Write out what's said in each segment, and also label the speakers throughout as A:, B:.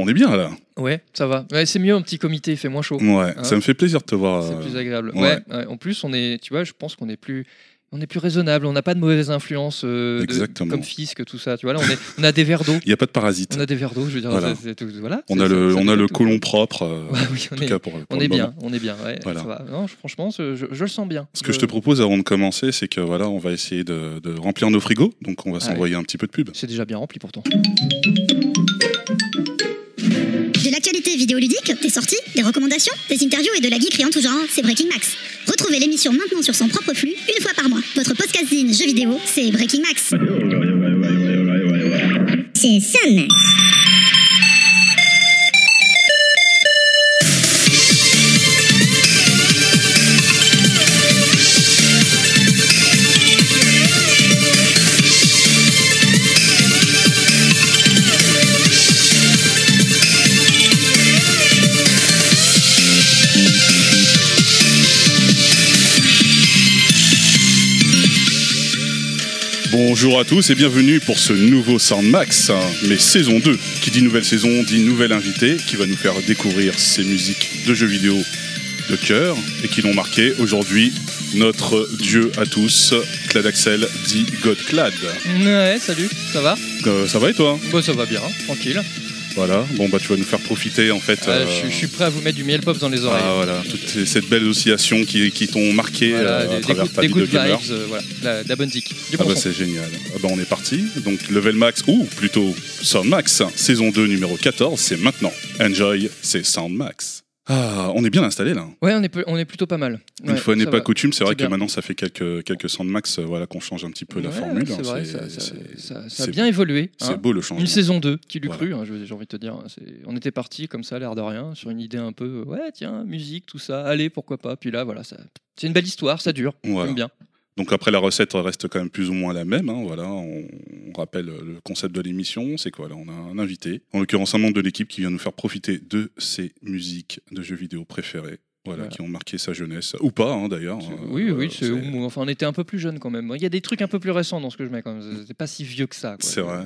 A: est bien là.
B: Ouais, ça va. Ouais, c'est mieux un petit comité, il fait moins chaud.
A: Ouais, ça me fait plaisir de te voir.
B: C'est plus agréable.
A: ouais.
B: Ouais, en plus, tu vois, je pense qu'on est plus raisonnable. On n'a pas de mauvaises influences comme Fisk, tout ça. Tu vois, là, on a des verres d'eau.
A: Il n'y a pas de parasites.
B: On a des verres d'eau, je veux dire.
A: Voilà.
B: C'est tout, voilà.
A: On a le côlon propre.
B: Oui,
A: on est
B: bien. Ouais,
A: voilà.
B: Ça va. Non, franchement, je le sens bien.
A: Ce que je te propose avant de commencer, c'est que voilà, on va essayer de remplir nos frigos. Donc on va s'envoyer un petit peu de pub.
B: C'est déjà bien rempli pourtant.
C: De l'actualité vidéoludique, des sorties, des recommandations, des interviews et de la geekerie en tout genre, c'est Breaking Max. Retrouvez l'émission maintenant sur son propre flux, une fois par mois. Votre podcasting jeux vidéo, c'est Breaking Max. C'est Soundmax.
A: Bonjour à tous et bienvenue pour ce nouveau Soundmax, mais saison 2. Qui dit nouvelle saison dit nouvel invité qui va nous faire découvrir ces musiques de jeux vidéo de cœur et qui l'ont marqué aujourd'hui notre dieu à tous, Clad Axel, dit God Clad.
B: Ouais, salut, ça va
A: Ça va et toi?
B: Bah ça va bien, tranquille.
A: Voilà, bon bah tu vas nous faire profiter en fait.
B: Je suis prêt à vous mettre du miel pop dans les oreilles.
A: Ah voilà, toute cette belle oscillation qui t'ont marqué à travers ta vie de gamer.
B: Voilà, la bonne zik.
A: Ah bah c'est génial. Ah bah on est parti. Donc Level Max, ou plutôt Soundmax, saison 2 numéro 14, c'est maintenant. Enjoy, c'est Soundmax. Ah, on est bien installé là.
B: Ouais, on est plutôt pas mal.
A: Une fois n'est pas coutume, c'est vrai que
B: bien.
A: Maintenant ça fait quelques Soundmax qu'on change un petit peu la formule.
B: C'est vrai, ça a bien évolué.
A: C'est beau le changement.
B: Une saison 2, qui l'eût cru, j'ai envie de te dire. On était parti comme ça, l'air de rien, sur une idée un peu, ouais tiens, musique, tout ça, allez, pourquoi pas. Puis là, voilà, c'est une belle histoire, ça dure, j'aime bien.
A: Donc après la recette reste quand même plus ou moins la même. Voilà, on rappelle le concept de l'émission, c'est quoi là? On a un invité, en l'occurrence un membre de l'équipe qui vient nous faire profiter de ses musiques de jeux vidéo préférées. Voilà, qui ont marqué sa jeunesse, ou pas d'ailleurs.
B: Oui, enfin on était un peu plus jeunes quand même. Il y a des trucs un peu plus récents dans ce que je mets quand même. C'est pas si vieux que ça. Quoi.
A: C'est vrai.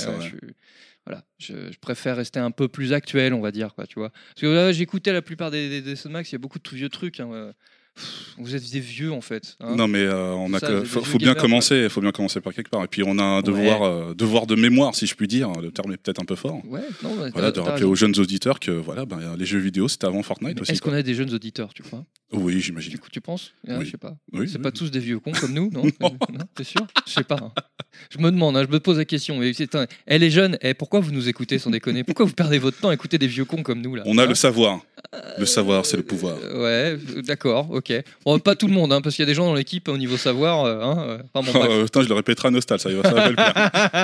B: Voilà, je préfère rester un peu plus actuel, on va dire, quoi, tu vois. Parce que là, j'écoutais la plupart des Soundmax, il y a beaucoup de tout vieux trucs. Vous êtes des vieux en fait.
A: Non mais faut bien commencer par quelque part. Et puis on a un devoir de mémoire, si je puis dire. Le terme est peut-être un peu fort.
B: Ouais, non,
A: de rappeler aux jeunes auditeurs que les jeux vidéo c'était avant Fortnite aussi.
B: Est-ce qu'on a des jeunes auditeurs, tu crois?
A: Oui, j'imagine.
B: Du coup, tu penses?
A: Oui.
B: Je sais pas.
A: Oui,
B: c'est pas tous des vieux cons comme nous, non? Non, t'es sûr? Je sais pas. Je me demande, je me pose la question. Elle est jeune. Pourquoi vous nous écoutez sans déconner? Pourquoi vous perdez votre temps à écouter des vieux cons comme nous là?
A: On a le savoir. Le savoir, c'est le pouvoir.
B: Ouais, d'accord, ok. Bon, pas tout le monde, parce qu'il y a des gens dans l'équipe au niveau savoir.
A: Putain, je le répéterai à Nostal, ça va le plaire.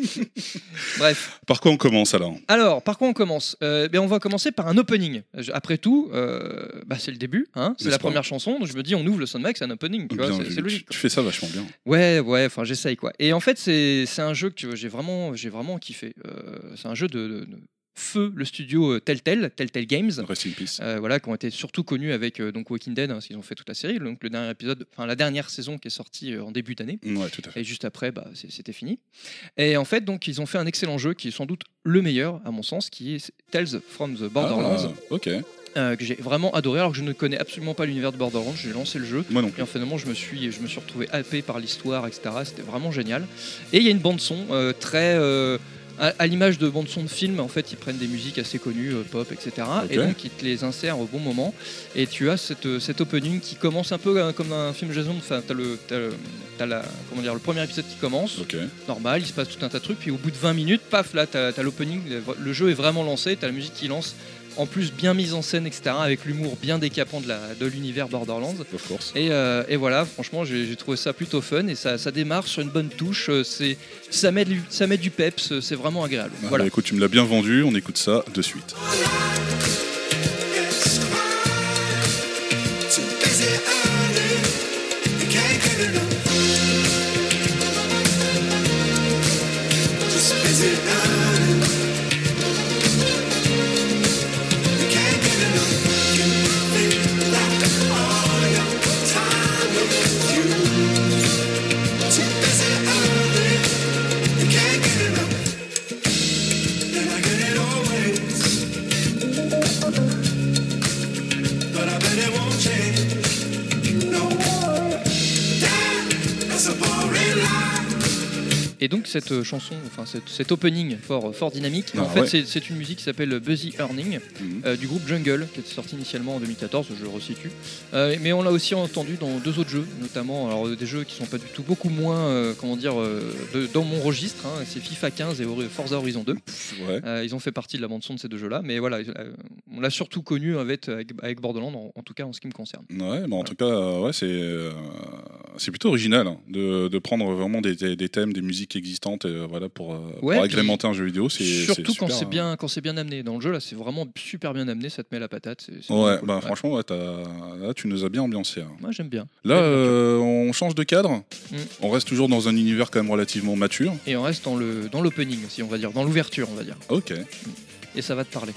B: Bref.
A: Par quoi on commence alors?
B: Par quoi on commence? On va commencer par un opening. Après tout, c'est le début, c'est la première chanson. Donc je me dis, on ouvre le Soundmax, c'est un opening. Tu vois, c'est logique.
A: Tu fais ça vachement bien.
B: Ouais, enfin j'essaye quoi. Et en fait, c'est un jeu que j'ai vraiment kiffé. C'est un jeu de feu le studio Telltale Games,
A: Rest in peace.
B: Qui ont été surtout connus avec Walking Dead, parce qu'ils ont fait toute la série. Donc le dernier épisode, la dernière saison qui est sortie en début d'année.
A: Ouais, tout à fait.
B: Et juste après, c'était fini. Et en fait, donc ils ont fait un excellent jeu qui est sans doute le meilleur à mon sens, qui est Tales from the Borderlands.
A: Ok.
B: Que j'ai vraiment adoré, alors que je ne connais absolument pas l'univers de Borderlands. J'ai lancé le jeu.
A: Moi non plus.
B: Et finalement, je me suis retrouvé happé par l'histoire, etc. C'était vraiment génial. Et il y a une bande son très à l'image de bande son de film. En fait, ils prennent des musiques assez connues, pop, etc. Okay. Et donc ils te les insèrent au bon moment. Et tu as cet opening qui commence un peu comme un film Jason. Enfin, t'as le premier épisode qui commence.
A: Okay.
B: Normal, il se passe tout un tas de trucs. Puis au bout de 20 minutes, paf, là, t'as l'opening. Le jeu est vraiment lancé. T'as la musique qui lance. En plus bien mise en scène, etc., avec l'humour bien décapant de l'univers Borderlands.
A: Of course.
B: Et voilà, franchement, j'ai trouvé ça plutôt fun et ça démarre sur une bonne touche. Ça met du peps, c'est vraiment agréable. Voilà.
A: Écoute, tu me l'as bien vendu, on écoute ça de suite.
B: Et donc cette chanson, enfin cet opening fort dynamique,
A: Ah,
B: en fait
A: ouais.
B: c'est une musique qui s'appelle Buzzy Earning du groupe Jungle, qui est sorti initialement en 2014, je le resitue. Mais on l'a aussi entendu dans 2 autres jeux, notamment alors, des jeux qui sont pas du tout beaucoup moins dans mon registre, hein, c'est FIFA 15 et Forza Horizon 2.
A: Ouais.
B: Ils ont fait partie de la bande son de ces 2 jeux là, mais voilà, on l'a surtout connu avec Borderlands, en tout cas en ce qui me concerne.
A: Ouais, bah en tout cas, ouais, c'est plutôt original hein, de prendre vraiment des thèmes, des musiques existantes, voilà, pour agrémenter un jeu vidéo.
B: Surtout
A: super,
B: quand c'est bien amené. Dans le jeu, là, c'est vraiment super bien amené, ça te met la patate. C'est
A: ouais,
B: cool.
A: bah franchement, ouais, là, tu nous as bien ambiancé. Hein.
B: Moi, j'aime bien.
A: Là, on change de cadre. On reste toujours dans un univers quand même relativement mature.
B: Et on reste dans l'opening aussi, on va dire, dans l'ouverture, on va dire.
A: Ok.
B: Et ça va te parler.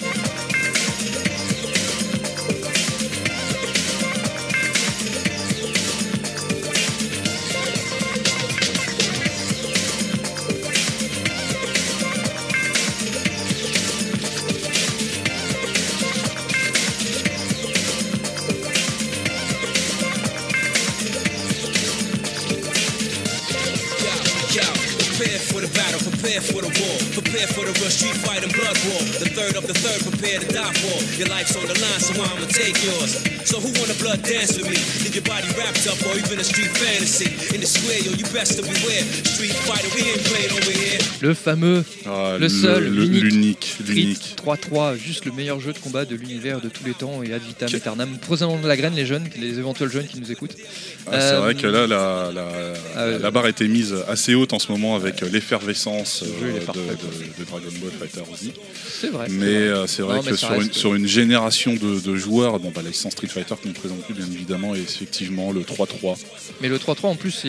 D: Prepare for the war, prepare for the real street fight and blood war. The third of the third, prepare to die for. Your life's on the line, so I'ma take yours. So who wanna blood dance with me? Leave your body wrapped up or even a street fantasy. In the square, yo, you best to beware. Street fighter, we ain't playing over here.
B: Le fameux, le seul,
A: l'unique.
B: Street 3-3, juste le meilleur jeu de combat de l'univers de tous les temps et ad vitam aeternam. Prenez de la graine, les éventuels jeunes qui nous écoutent.
A: C'est vrai que là, la barre était mise assez haute en ce moment avec l'effervescence de Dragon Ball Fighter Z.
B: C'est vrai.
A: Mais c'est vrai que sur une génération de joueurs, bon, la licence Street Fighter qu'on ne présente plus bien évidemment est effectivement le 3-3.
B: Mais le 3-3 en plus,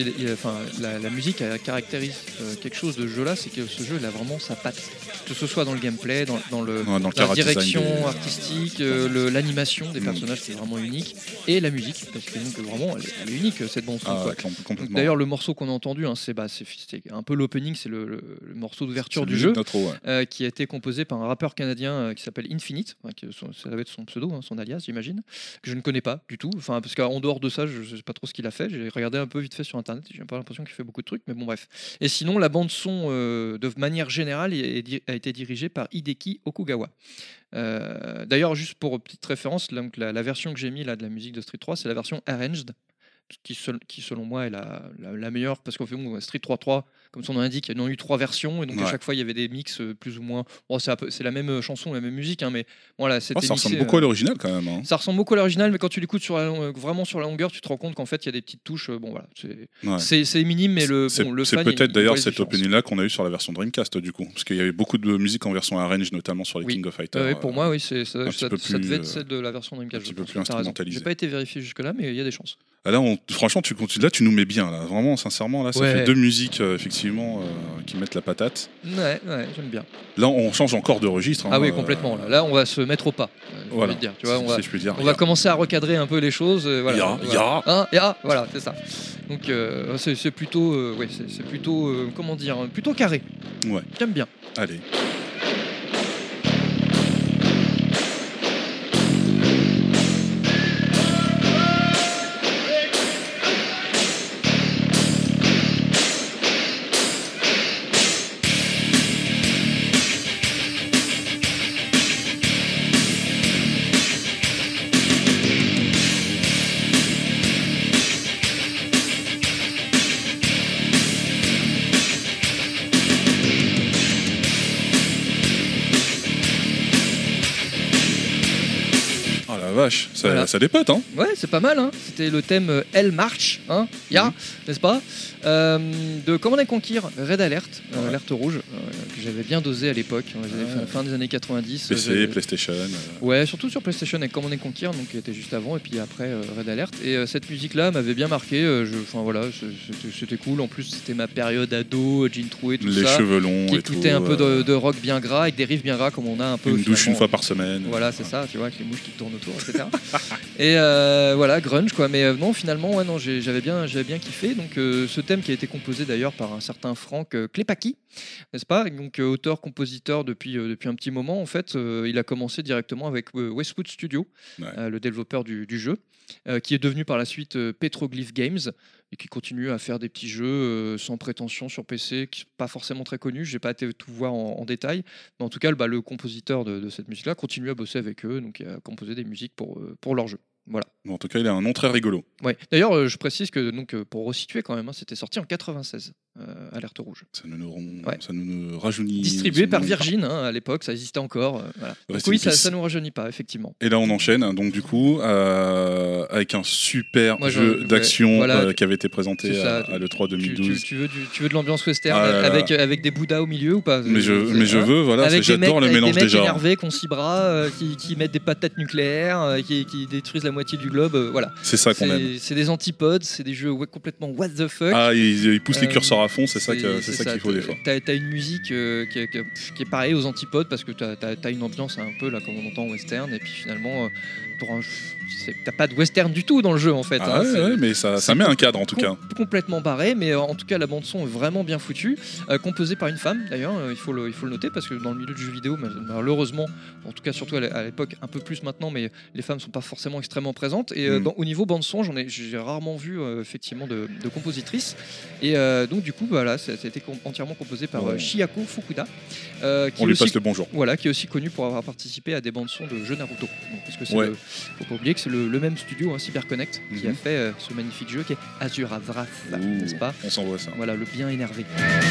B: la musique caractérise quelque chose de ce jeu là, c'est que ce jeu il a vraiment sa patte. Que ce soit dans le gameplay, dans la direction artistique, l'animation des personnages qui est vraiment unique, et la musique, parce que donc, vraiment elle est unique cette bande son. D'ailleurs le morceau qu'on a entendu, hein, c'est un peu l'opening, c'est le morceau d'ouverture du jeu, qui a été composé par un rappeur canadien qui s'appelle Infinite, ça va être son pseudo, hein, son alias j'imagine, que je ne connais pas du tout, parce qu'en dehors de ça je ne sais pas trop ce qu'il a fait, j'ai regardé un peu vite fait sur internet, j'ai pas l'impression qu'il fait beaucoup de trucs, mais bon bref. Et sinon la bande son de manière générale a été dirigée par Hideki Okugawa. D'ailleurs juste pour petite référence, donc, la version que j'ai mis là de la musique de Street 3 c'est la version Arranged, qui selon moi est la meilleure, parce qu'au fait Street 3-3 comme son nom l'indique, il y en a eu 3 versions et donc à chaque fois il y avait des mix plus ou moins, c'est la même chanson, la même musique, hein, mais voilà, c'était
A: ça ressemble beaucoup à l'original quand même, hein.
B: Ça ressemble beaucoup à l'original, mais quand tu l'écoutes vraiment sur la longueur, tu te rends compte qu'en fait il y a des petites touches, bon voilà, c'est minime, mais le fan,
A: c'est peut-être d'ailleurs cet opening là qu'on a eu sur la version Dreamcast du coup, parce qu'il y avait beaucoup de musique en version arrange, notamment sur les King of Fighters.
B: Pour moi oui, ça devait être celle de la version Dreamcast,
A: un petit peu plus instrumentalisée.
B: J'ai pas été vérifié jusque là, mais il y a des chances.
A: Là, franchement, tu nous mets bien, là. Vraiment, sincèrement, là, ça fait 2 musiques, effectivement, qui mettent la patate.
B: Ouais, j'aime bien.
A: Là, on change encore de registre. Hein,
B: oui, complètement. Là, on va se mettre au pas.
A: Voilà.
B: Dire, tu vois,
A: si je puis dire.
B: On va commencer à recadrer un peu les choses. Voilà, voilà, c'est ça. Donc, c'est plutôt, comment dire, plutôt carré.
A: Ouais.
B: J'aime bien.
A: Allez. Vache, ça dépote, hein.
B: Ouais, c'est pas mal, hein. C'était le thème Hell March, hein, n'est-ce pas, de Command & Conquer Red Alert, Alerte Rouge, que j'avais bien dosé à l'époque, fin des années 90.
A: PC, PlayStation.
B: Ouais, surtout sur PlayStation avec Command & Conquer, donc qui était juste avant, et puis après Red Alert. Et cette musique-là m'avait bien marqué. C'était cool. En plus, c'était ma période ado, jean troué, tout ça.
A: Les cheveux longs
B: qui
A: et tout.
B: écoutait un peu de rock bien gras, avec des riffs bien gras, comme on a un peu.
A: Une douche une fois par semaine.
B: Voilà, c'est ça, tu vois, avec les mouches qui tournent autour, etc. Et voilà, grunge quoi, mais non, finalement j'avais bien kiffé. Donc ce thème qui a été composé d'ailleurs par un certain Frank Klepaki, n'est-ce pas, donc, donc auteur-compositeur depuis un petit moment. En fait, il a commencé directement avec Westwood Studio, le développeur du jeu, qui est devenu par la suite Petroglyph Games, et qui continue à faire des petits jeux sans prétention sur PC, qui sont pas forcément très connus. J'ai pas été tout voir en détail, mais en tout cas, le compositeur de cette musique-là continue à bosser avec eux, donc il a composé des musiques pour leur jeu. Voilà.
A: Bon, en tout cas, il a un nom très rigolo.
B: Ouais. D'ailleurs, je précise que pour resituer quand même, c'était sorti en 96, Alerte Rouge.
A: Ça nous rajeunit.
B: Distribué par Virgin à l'époque, ça existait encore. Voilà. Donc oui, ça nous rajeunit pas, effectivement.
A: Et là, on enchaîne, donc du coup, avec un super jeu d'action qui avait été présenté à l'E3 2012.
B: Tu veux de l'ambiance western avec des Bouddhas au milieu ou pas?
A: Mais je veux, voilà, j'adore le mélange des genres.
B: Avec des mecs énervés qui ont 6 bras, qui mettent des patates nucléaires, qui détruisent la moitié du globe, voilà.
A: C'est ça qu'on aime.
B: C'est des antipodes, c'est des jeux complètement what the fuck.
A: Ah, ils poussent les curseurs à fond, c'est ça qu'il faut des fois.
B: T'as une musique qui est pareille aux antipodes parce que t'as une ambiance un peu là comme on entend en western, et puis finalement t'as pas de western du tout dans le jeu en fait.
A: Mais ça met un cadre en tout cas.
B: Complètement barré, mais en tout cas la bande son est vraiment bien foutue, composée par une femme d'ailleurs, il faut le noter parce que dans le milieu du jeu vidéo, malheureusement, en tout cas surtout à l'époque, un peu plus maintenant, mais les femmes sont pas forcément extrêmement présentes. Et au niveau bande son, j'ai rarement vu effectivement de compositrice. Et donc du coup, voilà, ça a été entièrement composé par Chiako Fukuda.
A: On lui passe le bonjour.
B: Voilà, qui est aussi connu pour avoir participé à des bandes son de jeux Naruto. Donc, parce que faut pas oublier que c'est le même studio, CyberConnect, qui a fait ce magnifique jeu qui est Azura's Wrath, n'est-ce pas?
A: On s'envoie ça.
B: Voilà, le bien énervé.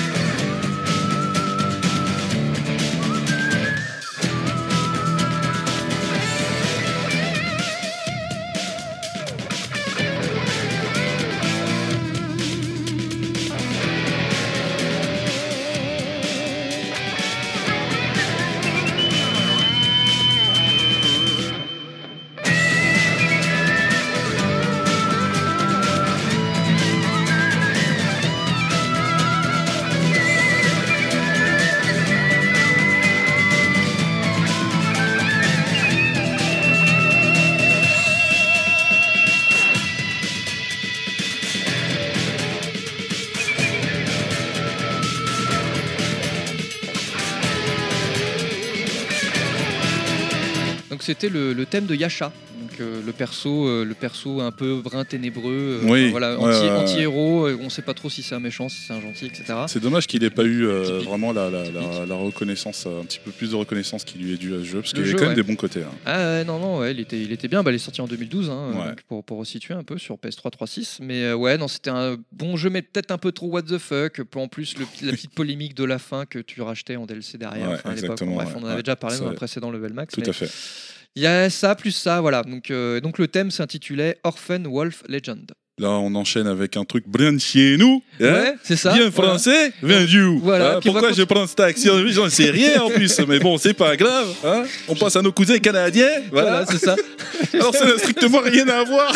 B: C'était le thème de Yasha, donc le perso un peu brun ténébreux, anti-héros, on sait pas trop si c'est un méchant, si c'est un gentil, etc.
A: C'est dommage qu'il ait pas eu vraiment la reconnaissance, un petit peu plus de reconnaissance qui lui est due à ce jeu, parce qu'il y a quand même des bons côtés.
B: Non, il était bien, il est sorti en 2012, donc pour resituer un peu sur PS3 3.6, mais c'était un bon jeu, mais peut-être un peu trop what the fuck, en plus la petite polémique de la fin que tu rachetais en DLC derrière, à l'époque. Bref, on en avait déjà parlé dans un précédent Level Max.
A: Tout à fait.
B: Il y a ça plus ça, voilà. Donc le thème s'intitulait Orphan Wolf Legend.
A: Là, on enchaîne avec un truc bien de chez nous.
B: Ouais, c'est ça.
A: Bien français, bien du.
B: Voilà.
A: Pourquoi je prends cette action? J'en sais rien en plus, mais bon, c'est pas grave. On passe à nos cousins canadiens. Voilà,
B: c'est ça.
A: Alors, ça n'a strictement rien à voir.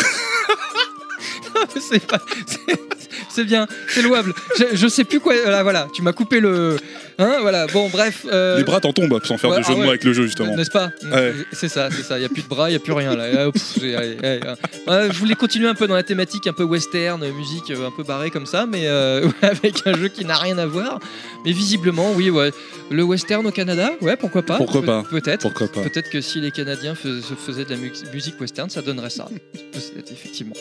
B: C'est bien, c'est louable. Je sais plus quoi. Voilà, tu m'as coupé le. Voilà, bon, bref.
A: Les bras t'en tombent sans faire de jeu de mots avec le jeu, justement.
B: N'est-ce pas? C'est ça. Il n'y a plus de bras, il n'y a plus rien là. Je voulais continuer un peu dans la thématique un peu western, musique un peu barrée comme ça, mais avec un jeu qui n'a rien à voir. Mais visiblement, oui, le western au Canada, pourquoi pas? Peut-être.
A: Pourquoi pas?
B: Peut-être que si les Canadiens faisaient de la musique western, ça donnerait ça. Effectivement.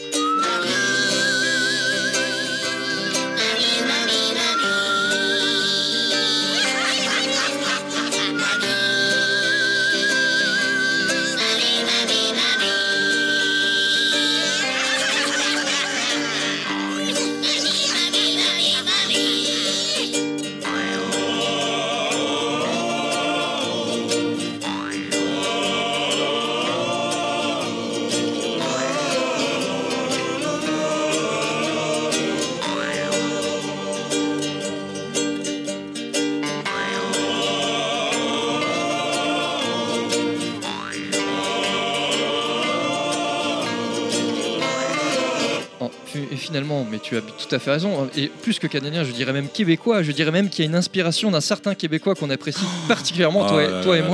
B: Finalement, mais tu as tout à fait raison, et plus que canadien, je dirais même québécois, je dirais même qu'il y a une inspiration d'un certain québécois qu'on apprécie particulièrement, toi et moi,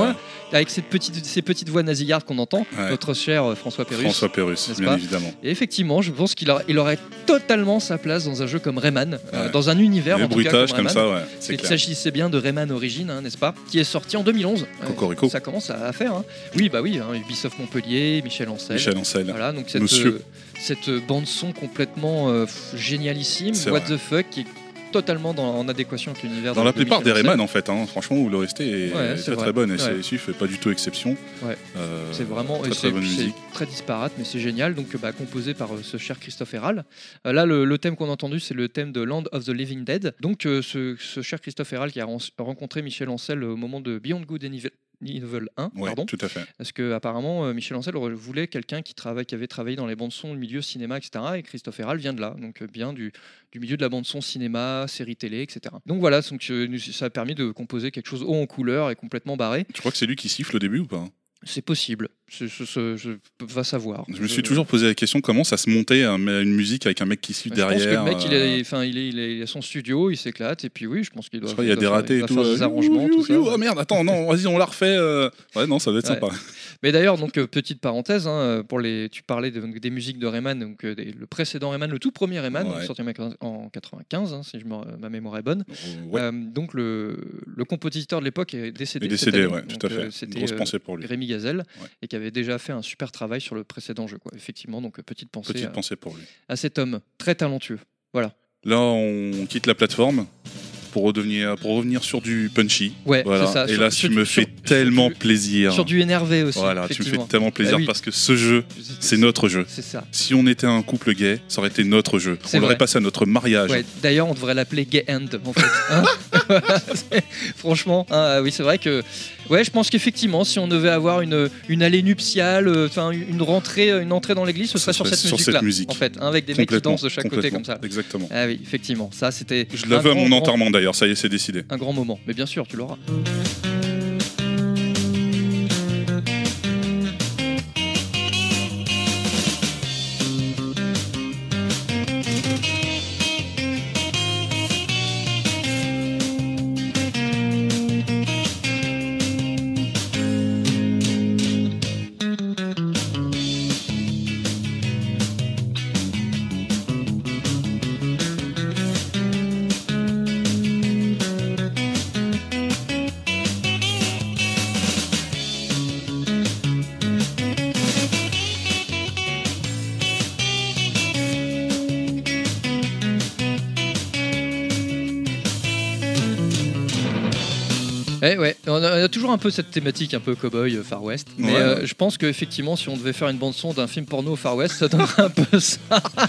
B: avec ces petites voix nasillardes qu'on entend, notre cher François Pérusse.
A: François Pérusse, bien évidemment.
B: Et effectivement, je pense qu'il aurait totalement sa place dans un jeu comme Rayman, dans un univers en tout cas comme
A: Rayman.
B: Ça, il s'agissait bien de Rayman Origins, n'est-ce pas, qui est sorti en 2011.
A: Cocorico.
B: Ça commence à faire. Oui, Ubisoft Montpellier, Michel Ancel. Voilà, donc cette bande son complètement génialissime, what the fuck, qui est totalement en adéquation avec l'univers
A: dans la plupart des Rayman en fait, franchement, où l'OST est très bonne et celui-ci fait pas du tout exception.
B: C'est vraiment
A: très bonne musique,
B: très disparate mais c'est génial, donc composé par ce cher Christophe Herral. Là le thème qu'on a entendu, c'est le thème de Land of the Living Dead, donc ce cher Christophe Herral qui a rencontré Michel Ancel au moment de Beyond Good and Evil 1, pardon.
A: Tout à fait.
B: Parce que apparemment Michel Ancel voulait quelqu'un qui avait travaillé dans les bandes son, le milieu cinéma, etc. Et Christophe Herral vient de là, donc bien du milieu de la bande son cinéma, série télé, etc. Donc voilà, donc, ça a permis de composer quelque chose haut en couleur et complètement barré.
A: Tu crois que c'est lui qui siffle au début ou pas ?
B: C'est possible, je va savoir.
A: Je me suis toujours posé la question comment ça se montait une musique avec un mec qui siffle derrière.
B: Je pense que le mec il a son studio, il s'éclate et puis oui, je pense qu'il doit.
A: Il y a des ratés et tout.
B: Des arrangements, tout ça.
A: Oh merde, attends, non, vas-y, on la refait. Ouais, non, ça va être sympa.
B: Mais d'ailleurs, donc petite parenthèse, tu parlais des musiques de Rayman, donc le précédent Rayman, le tout premier Rayman, sorti en 95, si ma mémoire est bonne. Donc le compositeur de l'époque est décédé.
A: Tout à fait.
B: C'était
A: grosse pensée pour lui.
B: Rémi Gazelle, et qui avait déjà fait un super travail sur le précédent jeu, effectivement, donc petite pensée
A: pour lui.
B: À cet homme très talentueux. Voilà.
A: Là, on quitte la plateforme pour revenir sur du punchy.
B: Voilà. C'est ça.
A: Et là, tu me fais tellement plaisir.
B: Sur du énervé aussi.
A: Voilà, tu me fais tellement plaisir parce que ce jeu, c'est notre jeu.
B: C'est ça.
A: Si on était un couple gay, ça aurait été notre jeu. On l'aurait passé à notre mariage.
B: D'ailleurs, on devrait l'appeler Gay End, en fait. Franchement, oui, c'est vrai que. Je pense qu'effectivement, si on devait avoir une allée nuptiale, une entrée dans l'église, ce serait sur cette musique-là, en fait, avec des mecs qui dansent de chaque côté comme ça.
A: Exactement.
B: Ah oui, effectivement, ça c'était.
A: Je la veux à mon enterrement d'ailleurs, ça y est, c'est décidé.
B: Un grand moment, mais bien sûr, tu l'auras. On a toujours un peu cette thématique un peu cow-boy Far West, mais je pense qu'effectivement si on devait faire une bande son d'un film porno au Far West, ça donnerait un peu ça.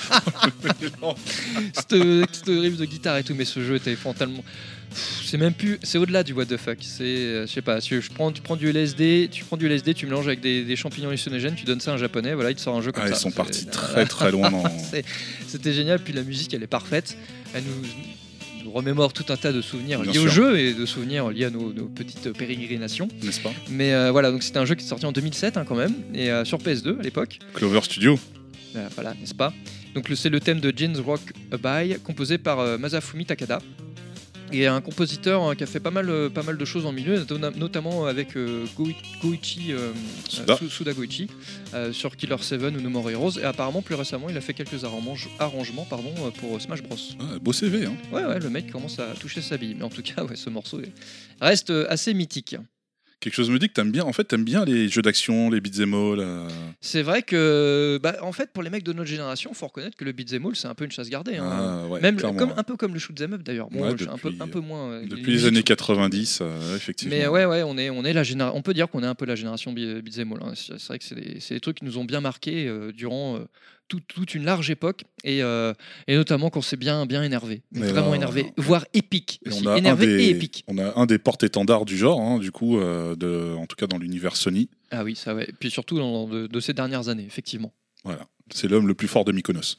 B: Cette riff de guitare et tout, mais ce jeu était tellement... C'est même plus, c'est au-delà du what the fuck. C'est, je sais pas, tu prends du LSD, tu mélanges avec des champignons hallucinogènes, tu donnes ça à un japonais, voilà, il te sort un jeu comme ça.
A: Ils sont partis très loin.
B: C'était génial, puis la musique elle est parfaite, elle nous remémore tout un tas de souvenirs liés au jeu et de souvenirs liés à nos petites pérégrinations,
A: n'est-ce pas?
B: Mais voilà, donc c'était un jeu qui est sorti en 2007 quand même, et sur PS2 à l'époque.
A: Clover Studio.
B: Voilà, n'est-ce pas? Donc c'est le thème de Jin's Rock Abide, composé par Masafumi Takada. Et un compositeur qui a fait pas mal de choses en milieu, notamment avec Suda Goichi sur Killer 7 ou No More Heroes. Et apparemment, plus récemment, il a fait quelques arrangements pour Smash Bros.
A: Beau CV, hein.
B: Ouais, le mec commence à toucher sa bille. Mais en tout cas, ce morceau reste assez mythique.
A: Quelque chose me dit que t'aimes bien les jeux d'action, les beat'em all.
B: C'est vrai que, en fait, pour les mecs de notre génération, faut reconnaître que le beat'em all, c'est un peu une chasse gardée. Même un peu comme le shoot'em up d'ailleurs. Bon, un peu moins.
A: Depuis les années 90, effectivement.
B: Mais ouais, on est la génération. On peut dire qu'on est un peu la génération beat'em all. Hein. C'est vrai que c'est des trucs qui nous ont bien marqués durant toute une large époque et notamment quand c'est bien énervé, vraiment énervé, voire épique aussi. Énervé et épique.
A: On a un des porte-étendards du genre, hein, du coup, en tout cas dans l'univers Sony.
B: Ah oui, ça ouais. Puis surtout de ces dernières années, effectivement.
A: Voilà, c'est l'homme le plus fort de Mykonos.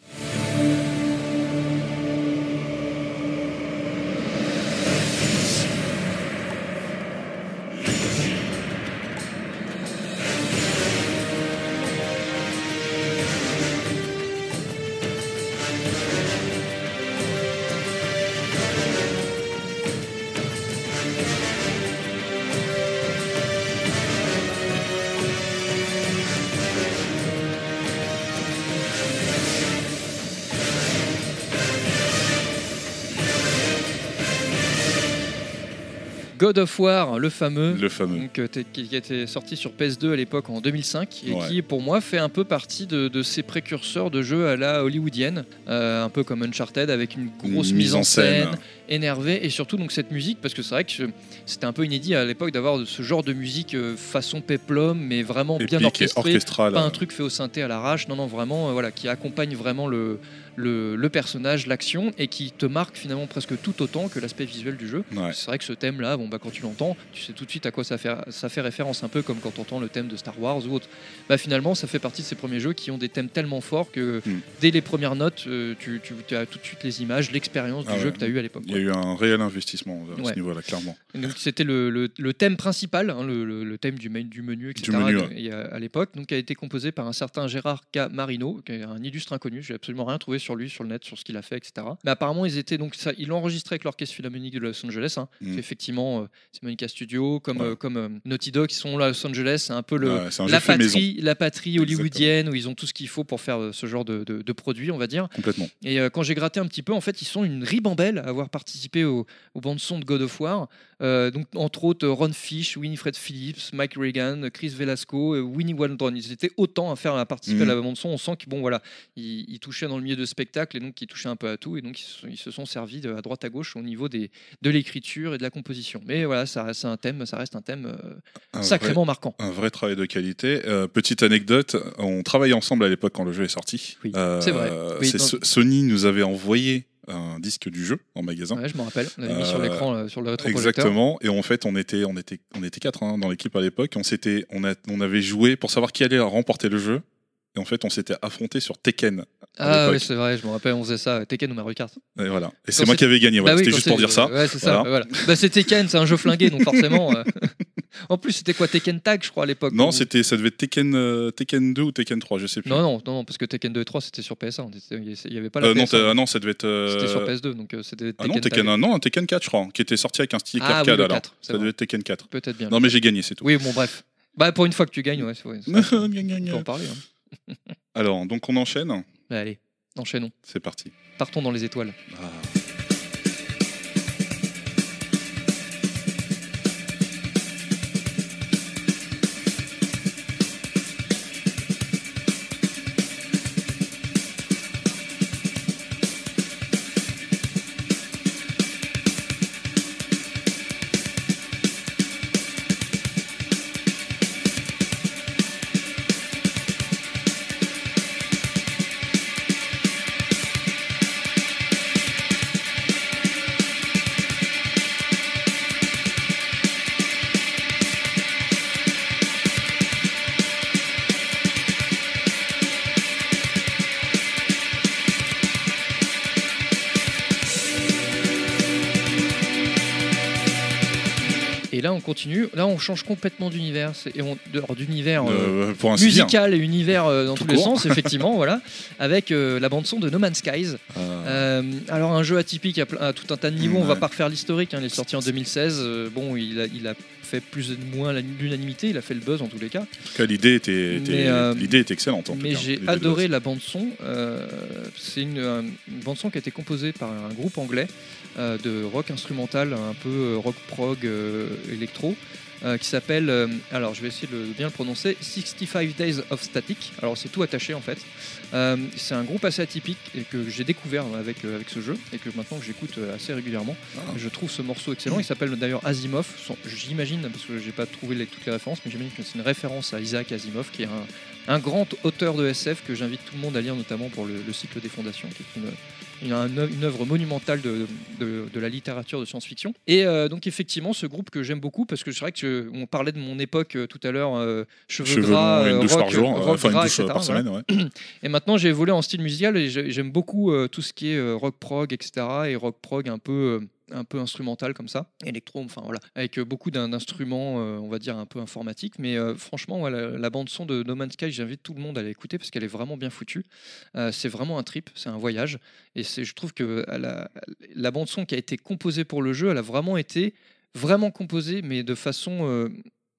B: God of War, le fameux.
A: Le fameux.
B: Donc, qui était sorti sur PS2 à l'époque en 2005 et
A: Ouais.
B: qui pour moi fait un peu partie de ces précurseurs de jeux à la hollywoodienne, un peu comme Uncharted avec une grosse mise en scène, énervée et surtout donc cette musique parce que c'est vrai que c'était un peu inédit à l'époque d'avoir ce genre de musique façon peplum mais vraiment bien
A: Épique et
B: orchestré,
A: orchestral.
B: pas un truc fait au synthé à l'arrache, non vraiment voilà qui accompagne vraiment le personnage, l'action et qui te marque finalement presque tout autant que l'aspect visuel du jeu.
A: Ouais.
B: C'est vrai que ce thème là, quand tu l'entends, tu sais tout de suite à quoi ça fait référence, un peu comme quand tu entends le thème de Star Wars ou autre. Finalement ça fait partie de ces premiers jeux qui ont des thèmes tellement forts que dès les premières notes tu as tout de suite les images, l'expérience du jeu que tu as eu à l'époque.
A: Il y a eu un réel investissement à ce niveau-là, clairement.
B: Et donc c'était le thème principal, hein, le thème du menu, etc. À l'époque, donc qui a été composé par un certain Gérard K. Marino, qui est un illustre inconnu. J'ai absolument rien trouvé sur lui, sur le net, sur ce qu'il a fait, etc. Mais apparemment, ils l'ont enregistré avec l'Orchestre Philharmonique de Los Angeles. Hein, Effectivement, c'est Monica Studio, comme Naughty Dog, qui sont là à Los Angeles. C'est un peu la patrie hollywoodienne où ils ont tout ce qu'il faut pour faire ce genre de produit, on va dire.
A: Complètement.
B: Et quand j'ai gratté un petit peu, en fait, ils sont une ribambelle à avoir participé aux bandes son de God of War. Donc entre autres Ron Fish, Winifred Phillips, Mike Reagan, Chris Velasco, Winnie Waldron. Ils étaient autant à participer à la bande son. On sent qu'ils touchaient dans le milieu de spectacle et donc ils touchaient un peu à tout et donc ils se sont servis à droite à gauche au niveau de l'écriture et de la composition. Mais voilà, ça reste un thème sacrément marquant.
A: Un vrai travail de qualité. Petite anecdote, on travaillait ensemble à l'époque quand le jeu est sorti.
B: Oui, c'est vrai.
A: Sony nous avait envoyé un disque du jeu en magasin.
B: Ouais, je me rappelle. On l'avait mis sur l'écran, sur le rétroprojecteur.
A: Exactement. Et en fait, on était 4 dans l'équipe à l'époque. On avait joué pour savoir qui allait remporter le jeu. Et en fait, on s'était affronté sur Tekken.
B: Ah oui, c'est vrai, je me rappelle, on faisait ça, Tekken ou Mario Kart.
A: Et voilà. Et c'est moi qui avais gagné. Voilà. C'était juste pour dire ça.
B: Ouais, c'est ça. Voilà. C'est Tekken, c'est un jeu flingué, donc forcément. En plus, c'était quoi, Tekken Tag, je crois, à l'époque?
A: Non, ça devait être Tekken 2 ou Tekken 3, je sais plus.
B: Non, parce que Tekken 2 et 3, c'était sur PS1. Il y avait pas la PS1.
A: Non, ça devait être.
B: C'était sur PS2, donc c'était Tekken.
A: Non, Tekken 1, non, un Tekken 4, je crois, qui était sorti avec un stick arcade. Alors, ça devait être Tekken 4.
B: Peut-être bien.
A: Non, mais j'ai gagné, c'est tout.
B: Oui, bon, bref. Pour une fois que tu gagnes, ouais, on peut en parler.
A: Alors, donc on enchaîne.
B: Allez, enchaînons.
A: C'est parti.
B: Partons dans les étoiles. Et là, on continue. Là, on change complètement d'univers. D'univers musical et univers dans tous les sens, effectivement, voilà. Avec la bande-son de No Man's Skies. Alors, un jeu atypique à tout un tas de niveaux. On va pas refaire l'historique. Il est sorti en 2016. Il a fait plus ou moins l'unanimité. Il a fait le buzz en tous les cas.
A: En tout cas, l'idée était excellente.
B: Mais j'ai adoré la bande-son. C'est une bande-son qui a été composée par un groupe anglais de rock instrumental, un peu rock prog électro, qui s'appelle, alors je vais essayer de bien le prononcer, 65 Days of Static. Alors c'est tout attaché en fait. C'est un groupe assez atypique et que j'ai découvert avec ce jeu et que maintenant j'écoute assez régulièrement. Je trouve ce morceau excellent. Il s'appelle d'ailleurs Asimov. J'imagine, parce que j'ai pas trouvé toutes les références, mais j'imagine que c'est une référence à Isaac Asimov, qui est un grand auteur de SF que j'invite tout le monde à lire, notamment pour le cycle des fondations, qui est une œuvre monumentale de la littérature de science-fiction. Et donc effectivement, ce groupe que j'aime beaucoup, parce que c'est vrai qu'on parlait de mon époque tout à l'heure, cheveux gras,
A: une douche
B: rock,
A: par jour,
B: rock
A: une
B: gras,
A: douche
B: etc.,
A: par semaine. Ouais.
B: Et maintenant, j'ai évolué en style musical et j'aime beaucoup tout ce qui est rock prog, etc. Et rock prog un peu instrumental comme ça, électro, enfin voilà, avec beaucoup d'instruments, on va dire un peu informatiques, mais franchement, la bande son de No Man's Sky, j'invite tout le monde à l'écouter parce qu'elle est vraiment bien foutue. C'est vraiment un trip, c'est un voyage, et je trouve que la bande son qui a été composée pour le jeu, elle a vraiment été composée, mais de façon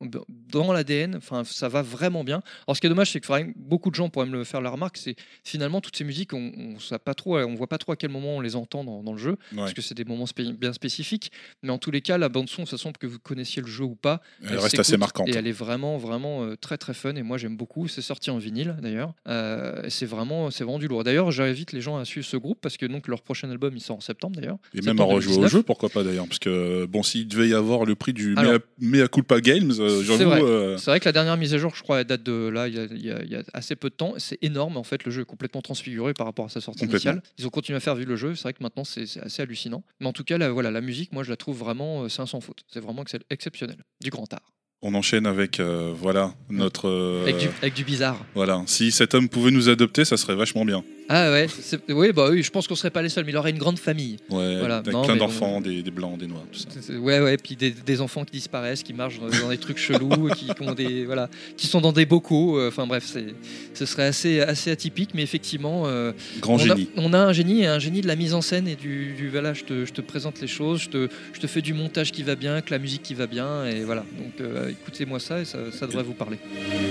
B: dans l'ADN. Enfin, ça va vraiment bien. Alors, ce qui est dommage, c'est que beaucoup de gens pourraient me le faire la remarque, c'est finalement toutes ces musiques, on voit pas trop à quel moment on les entend dans le jeu, parce que c'est des moments bien spécifiques. Mais en tous les cas, la bande son, de toute façon, que vous connaissiez le jeu ou pas,
A: elle reste assez marquante.
B: Et elle est vraiment, vraiment très très fun. Et moi, j'aime beaucoup. C'est sorti en vinyle d'ailleurs. C'est vraiment du lourd. D'ailleurs, j'invite les gens à suivre ce groupe parce que donc leur prochain album, il sort en septembre d'ailleurs.
A: Et même à rejouer au jeu, pourquoi pas d'ailleurs, parce que bon, s'il devait y avoir le prix du Mea Culpa Games, j'avoue.
B: C'est vrai que la dernière mise à jour, je crois, elle date de là, il y a assez peu de temps. C'est énorme en fait. Le jeu est complètement transfiguré par rapport à sa sortie initiale. Ils ont continué à faire vivre le jeu. C'est vrai que maintenant, c'est assez hallucinant. Mais en tout cas, la musique, moi, je la trouve vraiment, c'est un sans faute. C'est vraiment exceptionnel, du grand art.
A: On enchaîne avec notre
B: avec du bizarre.
A: Voilà, si cet homme pouvait nous adopter, ça serait vachement bien.
B: Ah ouais, oui, je pense qu'on serait pas les seuls, mais il aurait une grande famille.
A: Ouais,
B: voilà.
A: Avec plein d'enfants, des blancs, des noirs, tout ça.
B: Ouais, puis des enfants qui disparaissent, qui marchent dans des trucs chelous, qui sont dans des bocaux. Enfin bref, ce serait assez atypique, mais effectivement,
A: génie.
B: On a un génie de la mise en scène et voilà, je te présente les choses, je te fais du montage qui va bien, avec la musique qui va bien, et voilà. Donc écoutez-moi ça et ça devrait vous parler.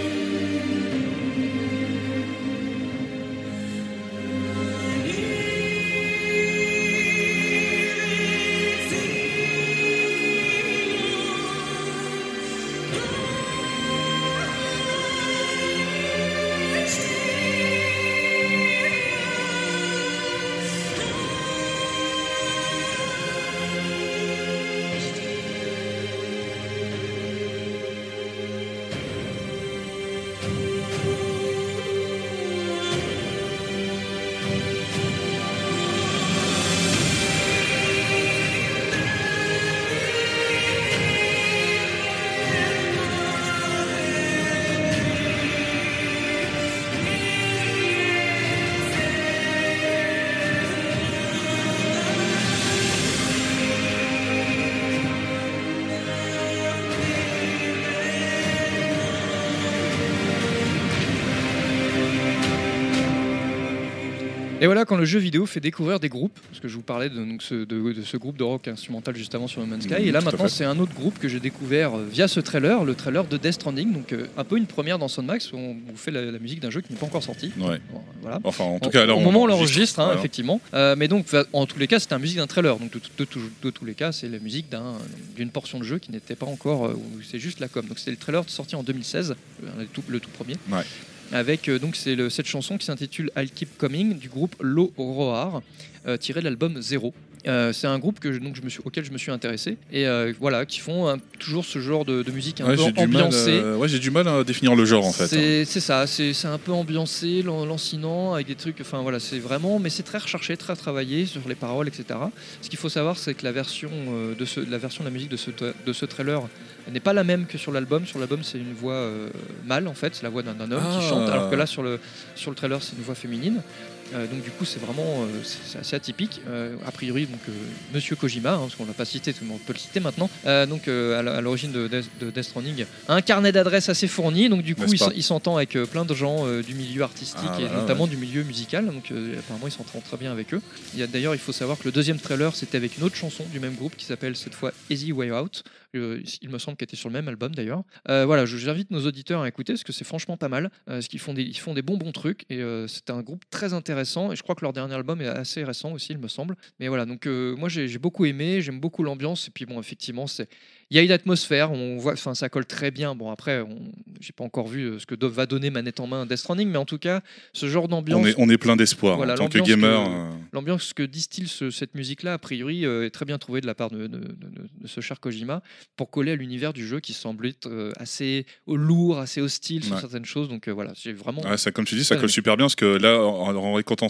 B: Et voilà, quand le jeu vidéo fait découvrir des groupes, parce que je vous parlais de ce groupe de rock instrumental juste avant sur No Man's Sky, et là maintenant c'est un autre groupe que j'ai découvert via ce trailer, le trailer de Death Stranding, donc un peu une première dans Soundmax où on vous fait la musique d'un jeu qui n'est pas encore sorti.
A: Ouais.
B: Voilà.
A: Enfin, en tout cas,
B: au moment où on l'enregistre, effectivement. Mais donc, en tous les cas, c'était la musique d'un trailer, donc de tous les cas, c'est la musique d'une portion de jeu qui n'était pas encore, c'est juste la com. Donc c'était le trailer sorti en 2016, le tout premier. Ouais. Avec donc cette chanson qui s'intitule I'll Keep Coming du groupe Low Roar, tiré de l'album Zero. C'est un groupe auquel je me suis intéressé et voilà, qui font toujours ce genre de musique un peu ambiancée.
A: J'ai du mal à définir le genre en fait.
B: C'est ça, c'est un peu ambiancé, lancinant, avec des trucs. Enfin voilà, c'est vraiment, mais c'est très recherché, très travaillé sur les paroles, etc. Ce qu'il faut savoir, c'est que la version de la musique de ce trailer n'est pas la même que sur l'album. Sur l'album, c'est une voix mâle en fait, c'est la voix d'un homme qui chante, alors que là sur le trailer, c'est une voix féminine. Donc du coup c'est vraiment c'est assez atypique. A priori donc Monsieur Kojima, parce qu'on l'a pas cité, mais on peut le citer maintenant. Donc à l'origine de Death Stranding, un carnet d'adresses assez fourni. Donc du coup il s'entend avec plein de gens du milieu artistique et notamment du milieu musical. Donc apparemment il s'entend très bien avec eux. D'ailleurs il faut savoir que le deuxième trailer c'était avec une autre chanson du même groupe qui s'appelle cette fois Easy Way Out. Il me semble qu'elle était sur le même album d'ailleurs. Voilà, j'invite nos auditeurs à écouter parce que c'est franchement pas mal. Parce qu'ils font des bons trucs et c'est un groupe très intéressant. Et je crois que leur dernier album est assez récent aussi, il me semble. Mais voilà, donc moi j'ai beaucoup aimé, j'aime beaucoup l'ambiance. Et puis bon, effectivement, il y a une atmosphère, on voit, enfin ça colle très bien. Bon après, j'ai pas encore vu ce que va donner manette en main Death Stranding, mais en tout cas, ce genre d'ambiance.
A: On est plein d'espoir
B: voilà,
A: en tant que gamer.
B: L'ambiance que distille cette musique-là, a priori, est très bien trouvée de la part de ce cher Kojima pour coller à l'univers du jeu qui semble être assez lourd, assez hostile sur certaines choses. Donc voilà, j'ai vraiment.
A: Ça, comme tu dis, ça colle super bien parce que là, en récoltant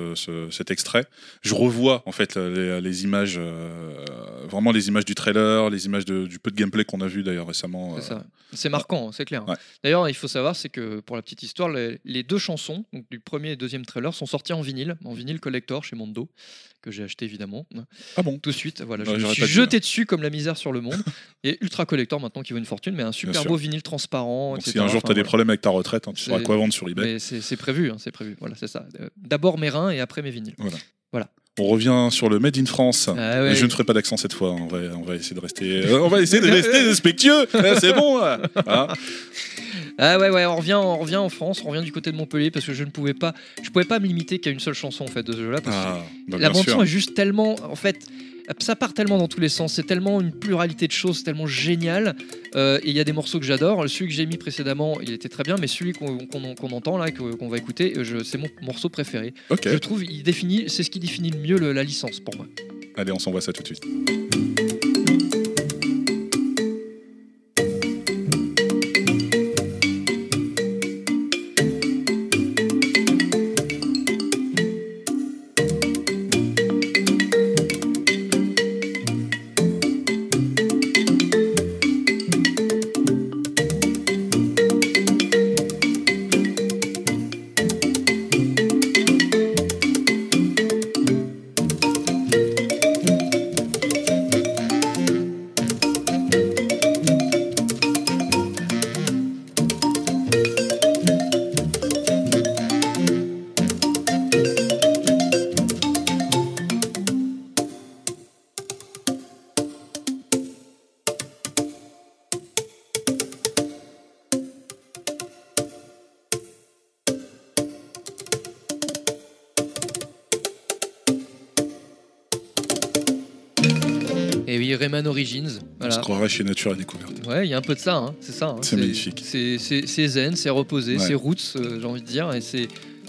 A: cet extrait, je revois en fait les images, vraiment les images du trailer, les images du peu de gameplay qu'on a vu d'ailleurs récemment.
B: C'est marquant, c'est clair. Ouais. D'ailleurs, il faut savoir, c'est que pour la petite histoire, les deux chansons, donc du premier et deuxième trailer, sont sorties en vinyle collector chez Mondo, que j'ai acheté évidemment.
A: Ah bon ?
B: Tout de suite, voilà, je me suis jeté dessus comme la misère sur le monde. Et ultra collector maintenant qui vaut une fortune, mais un super beau vinyle transparent.
A: Donc, si un jour tu as des problèmes avec ta retraite, tu sauras quoi vendre sur eBay.
B: Mais c'est prévu, c'est prévu. Voilà, c'est ça. D'abord mes reins et après mes vinyles.
A: Voilà. On revient sur le Made in France.
B: Ah ouais.
A: Et je ne ferai pas d'accent cette fois. On va essayer de rester, respectueux. C'est bon. Là. Hein.
B: Ah ouais, on revient en France, on revient du côté de Montpellier parce que je pouvais pas me limiter qu'à une seule chanson en fait de ce jeu-là. Parce que la bande son est juste tellement, en fait, ça part tellement dans tous les sens, c'est tellement une pluralité de choses, c'est tellement génial. Et il y a des morceaux que j'adore. Celui que j'ai mis précédemment, il était très bien, mais celui qu'on entend là, qu'on va écouter, c'est mon morceau préféré.
A: Okay.
B: Je trouve, c'est ce qui définit le mieux la licence pour moi.
A: Allez, on s'envoie ça tout de suite.
B: Et oui, Rayman Origins. Voilà.
A: On se croirait chez Nature et Découverte.
B: Ouais, il y a un peu de ça, hein, c'est ça. Hein.
A: C'est magnifique.
B: C'est zen, c'est reposé,
A: Ouais.
B: c'est roots, j'ai envie de dire. Et c'est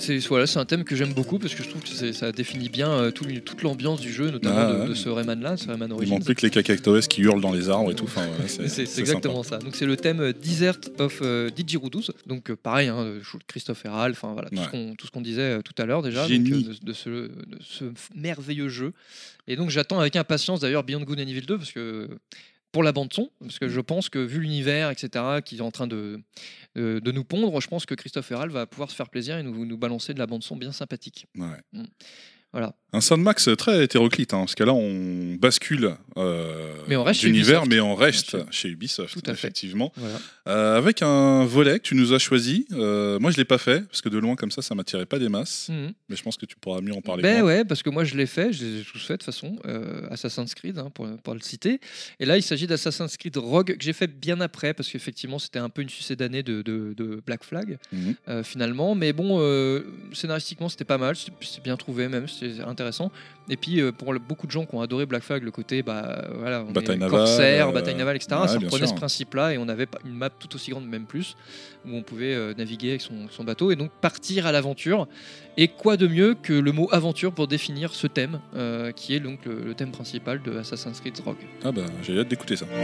B: un thème que j'aime beaucoup parce que je trouve que ça définit bien toute l'ambiance du jeu, notamment de ce Rayman-là, ce Rayman
A: Il
B: Origins.
A: manque plus que les cacatoès qui hurlent dans les arbres et tout. Enfin, voilà,
B: C'est exactement ça. Donc c'est le thème Desert of Didgeridoo. Donc pareil, hein, Christophe Herald, enfin voilà, tout ce qu'on disait tout à l'heure déjà donc, de ce merveilleux jeu. Et donc j'attends avec impatience d'ailleurs Beyond Good and Evil 2 parce que pour la bande son, parce que je pense que vu l'univers, etc., qui est en train de nous pondre, je pense que Christophe Herald va pouvoir se faire plaisir et nous balancer de la bande son bien sympathique.
A: Ouais.
B: Voilà.
A: Un Soundmax très hétéroclite, hein, parce que là on bascule
B: mais on reste
A: d'univers,
B: chez Ubisoft.
A: mais on reste chez Ubisoft,
B: Tout à fait.
A: effectivement.
B: Voilà.
A: Avec un volet que tu nous as choisi. Moi je l'ai pas fait, parce que de loin comme ça m'attirait pas des masses. Mais je pense que tu pourras mieux en parler.
B: Ben ouais, parce que moi je l'ai fait, je les ai tous fait de toute façon, Assassin's Creed, hein, pour le citer. Et là il s'agit d'Assassin's Creed Rogue, que j'ai fait bien après, parce qu'effectivement c'était un peu une succédanée de Black Flag, finalement. Mais bon, scénaristiquement c'était pas mal, c'était bien trouvé même, c'était intéressant. Et puis pour beaucoup de gens qui ont adoré Black Flag, le côté voilà,
A: bataille navale,
B: corsaire, bataille navale, etc.
A: ouais,
B: ça
A: bien
B: reprenait
A: sûr.
B: ce principe-là et on avait une map tout aussi grande, même plus, où on pouvait naviguer avec son bateau et donc partir à l'aventure. Et quoi de mieux que le mot aventure pour définir ce thème, qui est donc le thème principal de Assassin's Creed Rogue.
A: Ah bah j'ai hâte d'écouter ça.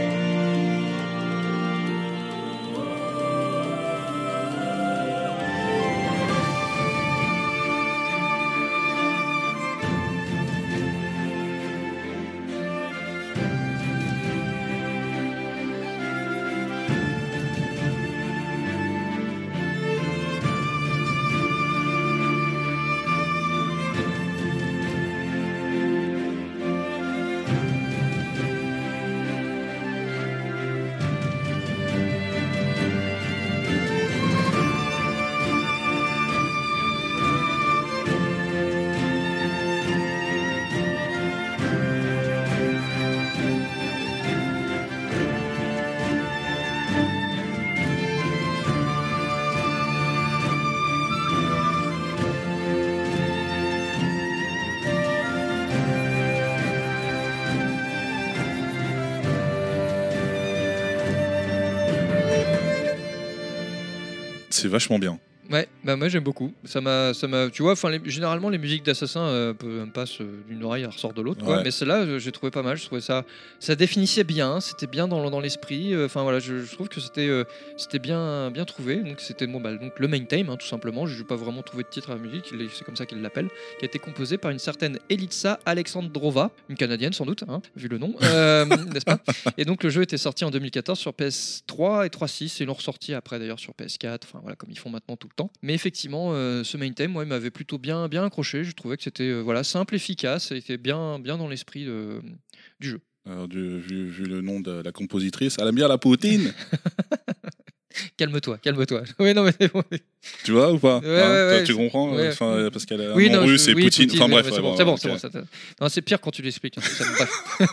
A: C'est vachement bien.
B: Ouais, bah moi j'aime beaucoup. Ça m'a, tu vois, généralement les musiques d'Assassin passent d'une oreille, elles ressortent de l'autre, quoi.
A: Ouais.
B: Mais celle-là, j'ai trouvé pas mal. Je trouvais ça définissait bien, c'était bien dans l'esprit. Enfin voilà, je trouve que c'était bien trouvé. Donc c'était donc le main theme, hein, tout simplement. Je n'ai pas vraiment trouvé de titre à la musique, c'est comme ça qu'il l'appelle, qui a été composé par une certaine Elitsa Alexandrova, une Canadienne sans doute, hein, vu le nom, n'est-ce pas? Et donc le jeu était sorti en 2014 sur PS3 et 3.6 et ils l'ont ressorti après d'ailleurs sur PS4. Enfin voilà, comme ils font maintenant tout le temps. Mais effectivement, ce main theme, ouais, m'avait plutôt bien accroché. Je trouvais que c'était simple, efficace, et était bien dans l'esprit du jeu.
A: Alors, vu le nom de la compositrice, elle aime bien la poutine.
B: Calme-toi. Oui, non, mais c'est bon.
A: Tu vois ou pas?
B: Ouais,
A: tu comprends?
B: ouais.
A: Enfin, parce qu'elle a
B: Oui,
A: mon
B: non,
A: russe et Poutine. Enfin bref.
B: c'est bon,
A: ok.
B: c'est bon. Non, c'est pire quand tu l'expliques. Bref.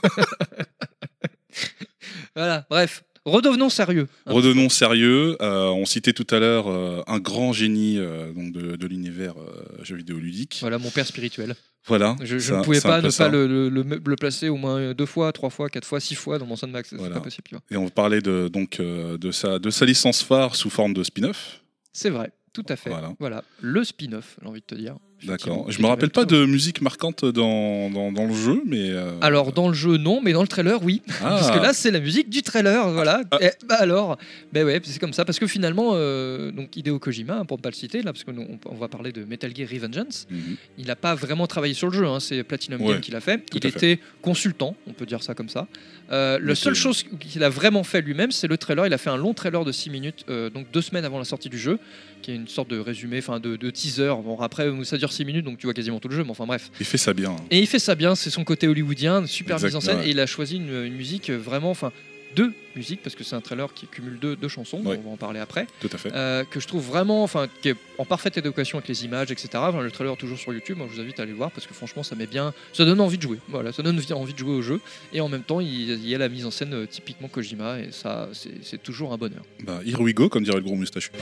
B: Voilà, bref. Redevenons sérieux.
A: Redevenons sérieux. On citait tout à l'heure un grand génie donc de l'univers jeux vidéo ludique.
B: Voilà, mon père spirituel.
A: Voilà.
B: Je
A: ça-
B: ne pouvais
A: c'est un
B: pas
A: peu
B: ne
A: ça.
B: pas le placer au moins 2 fois, 3 fois, 4 fois, 6 fois dans mon Soundmax. C'est
A: Voilà.
B: pas possible. Tu vois.
A: Et on parlait de sa licence phare sous forme de spin-off.
B: C'est vrai, tout à fait. Voilà, le spin-off, j'ai envie de te dire.
A: D'accord. Je me rappelle pas de musique marquante dans le jeu, mais.
B: Alors dans le jeu non, mais dans le trailer oui, parce que là c'est la musique du trailer, voilà. Et, ouais, c'est comme ça parce que finalement donc Hideo Kojima, hein, pour ne pas le citer là, parce que nous, on va parler de Metal Gear Revengeance, il n'a pas vraiment travaillé sur le jeu, hein, c'est Platinum Games qui l'a fait. Il était consultant, on peut dire ça comme ça. La seule chose qu'il a vraiment fait lui-même, c'est le trailer. Il a fait un long trailer de 6 minutes, donc 2 semaines avant la sortie du jeu, qui est une sorte de résumé, enfin de teaser. Bon après ça dure 6 minutes, donc tu vois quasiment tout le jeu, mais enfin bref.
A: Il fait ça bien.
B: Et il fait ça bien, c'est son côté hollywoodien, super mise en scène,
A: ouais.
B: et il a choisi une musique vraiment, enfin 2 musiques, parce que c'est un trailer qui cumule deux chansons, on va en parler après.
A: Tout à fait.
B: Que je trouve vraiment, enfin, qui est en parfaite adéquation avec les images, etc. Enfin, le trailer est toujours sur YouTube, moi je vous invite à aller le voir parce que franchement ça met bien, ça donne envie de jouer. Voilà, ça donne envie de jouer au jeu, et en même temps il y a la mise en scène typiquement Kojima, et ça c'est toujours un bonheur.
A: Bah, here we go, comme dirait le gros moustachu.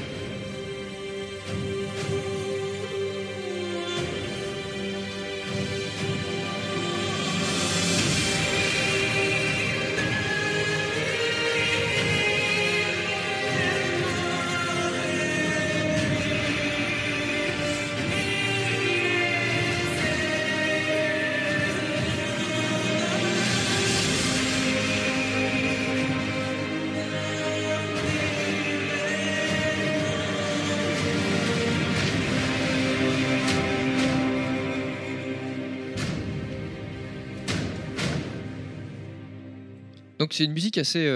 B: Donc c'est une musique assez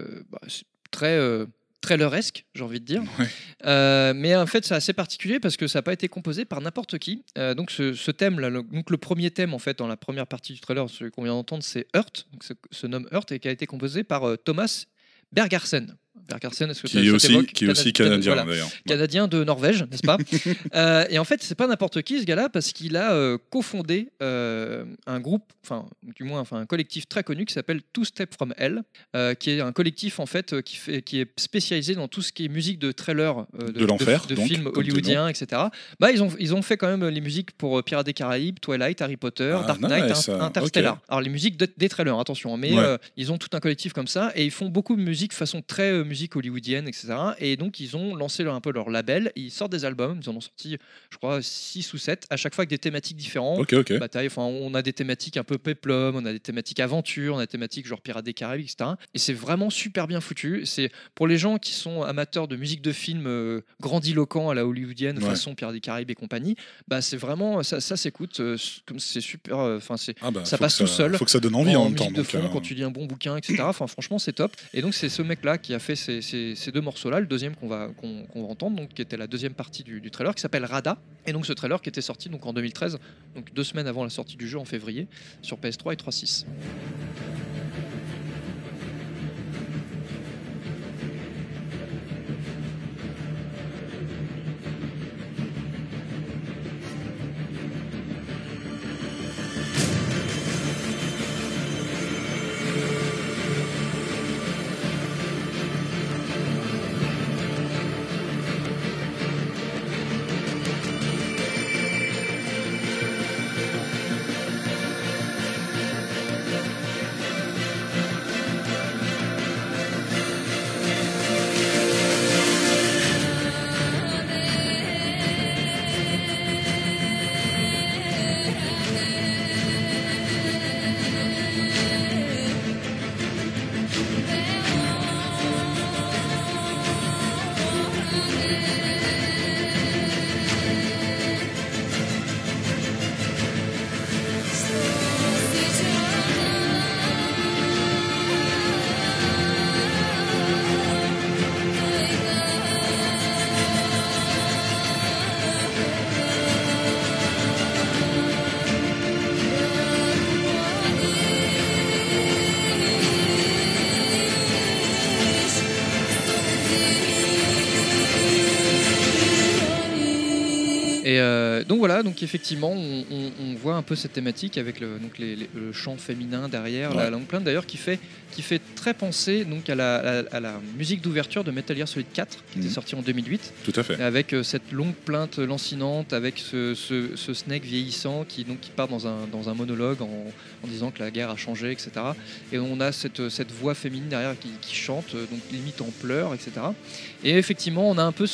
B: très traileresque, j'ai envie de dire.
A: Ouais.
B: Mais en fait, c'est assez particulier parce que ça n'a pas été composé par n'importe qui. Donc ce thème-là, donc le premier thème en fait dans la première partie du trailer, celui qu'on vient d'entendre, c'est Hurt, donc se nomme Hurt, et qui a été composé par Thomas Bergersen. Bergersen, est-ce que
A: Qui est aussi canadien
B: voilà.
A: d'ailleurs.
B: Canadien de Norvège, n'est-ce pas? Et en fait, c'est pas n'importe qui ce gars-là, parce qu'il a cofondé un groupe, enfin du moins un collectif très connu qui s'appelle Two Steps from Hell, qui est un collectif en fait qui est spécialisé dans tout ce qui est musique de trailer
A: de l'enfer,
B: de
A: donc,
B: films
A: comme
B: hollywoodiens, etc. Bah ils ont fait quand même les musiques pour Pirates des Caraïbes, Twilight, Harry Potter, Dark Knight,
A: nice,
B: Interstellar.
A: okay.
B: Alors les musiques des trailers, attention, mais ils ont tout un collectif comme ça, et ils font beaucoup de musique façon très musique hollywoodienne, etc. Et donc ils ont lancé un peu leur label, ils sortent des albums, ils en ont sorti je crois 6 ou 7, à chaque fois avec des thématiques différentes.
A: Ok.
B: Bataille, enfin on a des thématiques un peu péplum, on a des thématiques aventure, on a des thématiques genre Pirates des Caraïbes, etc. Et c'est vraiment super bien foutu. C'est pour les gens qui sont amateurs de musique de film grandiloquent à la hollywoodienne, façon Pirates des Caraïbes et compagnie, bah c'est vraiment ça s'écoute comme c'est super, enfin ça passe tout seul.
A: Faut que ça donne envie en même temps.
B: Musique de fond, quand tu lis un bon bouquin, etc. Enfin franchement c'est top. Et donc c'est ce mec là qui a fait ces 2 morceaux là, le deuxième qu'on va entendre, donc qui était la deuxième partie du trailer, qui s'appelle Rada. Et donc ce trailer qui était sorti donc en 2013, donc 2 semaines avant la sortie du jeu en février sur PS3 et 3.6. Donc voilà, donc effectivement, on voit un peu cette thématique avec le chant féminin derrière, la langue plainte d'ailleurs, qui fait très penser donc à la musique d'ouverture de Metal Gear Solid 4, qui était sorti en 2008.
A: Tout à fait.
B: Avec cette longue plainte lancinante, avec ce Snake vieillissant qui part dans un monologue en disant que la guerre a changé, etc. Et on a cette voix féminine derrière qui chante, donc limite en pleurs, etc. Et effectivement, on a un peu,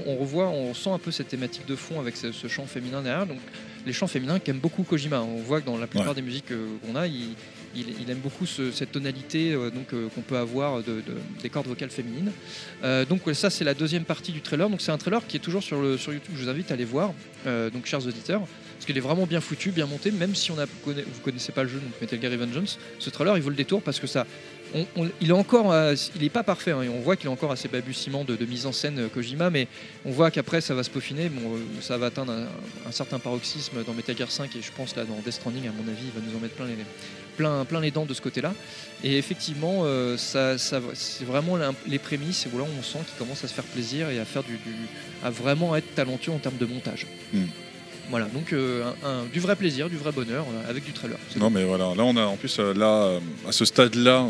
B: on sent un peu cette thématique de fond avec ce chant féminin derrière. Donc les chants féminins qu'aime beaucoup Kojima. On voit que dans la plupart des musiques qu'on a, il aime beaucoup cette tonalité qu'on peut avoir des cordes vocales féminines. Donc ça, c'est la deuxième partie du trailer. Donc c'est un trailer qui est toujours sur YouTube. Je vous invite à aller voir, donc chers auditeurs, parce qu'il est vraiment bien foutu, bien monté. Même si vous connaissez pas le jeu, donc Metal Gear Revengeance, ce trailer il vaut le détour parce que ça. Il est pas parfait, hein, et on voit qu'il est encore assez balbutiement de mise en scène Kojima, mais on voit qu'après ça va se peaufiner. Bon, ça va atteindre un certain paroxysme dans Metal Gear 5 et je pense là dans Death Stranding, à mon avis, il va nous en mettre plein les dents de ce côté-là. Et effectivement, c'est vraiment les prémices. Et voilà, on sent qu'il commence à se faire plaisir et à faire à vraiment être talentueux en termes de montage. Voilà, donc du vrai plaisir, du vrai bonheur avec du trailer.
A: Non, mais voilà, là on a en plus à ce stade-là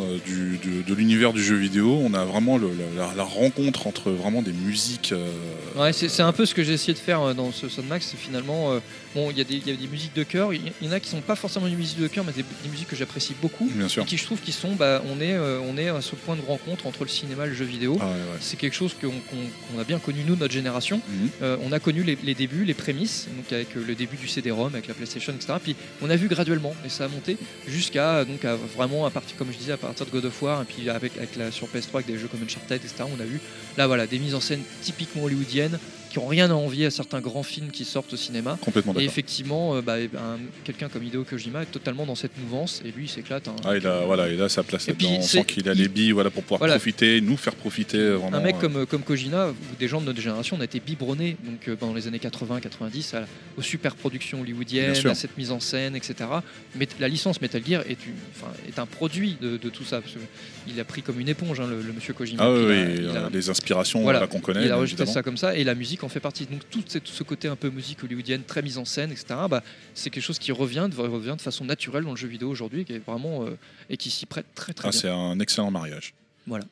A: de l'univers du jeu vidéo, on a vraiment la rencontre entre vraiment des musiques.
B: Ouais, c'est un peu ce que j'ai essayé de faire dans ce Soundmax. C'est finalement, il y a des musiques de cœur. Il y en a qui sont pas forcément des musiques de cœur, mais des musiques que j'apprécie beaucoup.
A: Bien sûr.
B: Et qui je trouve qu'ils sont, on est à ce point de rencontre entre le cinéma et le jeu vidéo.
A: Ah, ouais.
B: C'est quelque chose qu'on a bien connu nous, notre génération. On a connu les débuts, les prémices, donc avec le début du CD-ROM, avec la PlayStation, etc. Puis on a vu graduellement, et ça a monté jusqu'à vraiment à partir, comme je disais, à partir de God of War, et puis sur PS3 avec des jeux comme Uncharted, etc. On a vu là voilà des mises en scène typiquement hollywoodiennes qui n'ont rien à envier à certains grands films qui sortent au cinéma.
A: Complètement d'accord.
B: Et effectivement, quelqu'un comme Hideo Kojima est totalement dans cette mouvance et lui il s'éclate. Hein.
A: Il a sa place là-dedans. On sent qu'il a les billes pour pouvoir profiter, nous faire profiter vraiment.
B: Un mec comme Kojima, ou des gens de notre génération, on a été biberonnés donc, dans les années 80-90 aux super productions hollywoodiennes, à cette mise en scène, etc. Mais la licence Metal Gear est un produit de tout ça. Parce il a pris comme une éponge le monsieur Kojima.
A: Les inspirations qu'on connaît.
B: Il a rejeté ça comme ça et la musique en fait partie. Donc tout ce côté un peu musique hollywoodienne, très mise en scène, etc. C'est quelque chose qui revient de façon naturelle dans le jeu vidéo aujourd'hui, qui est vraiment et qui s'y prête très très bien.
A: C'est un excellent mariage.
B: Voilà.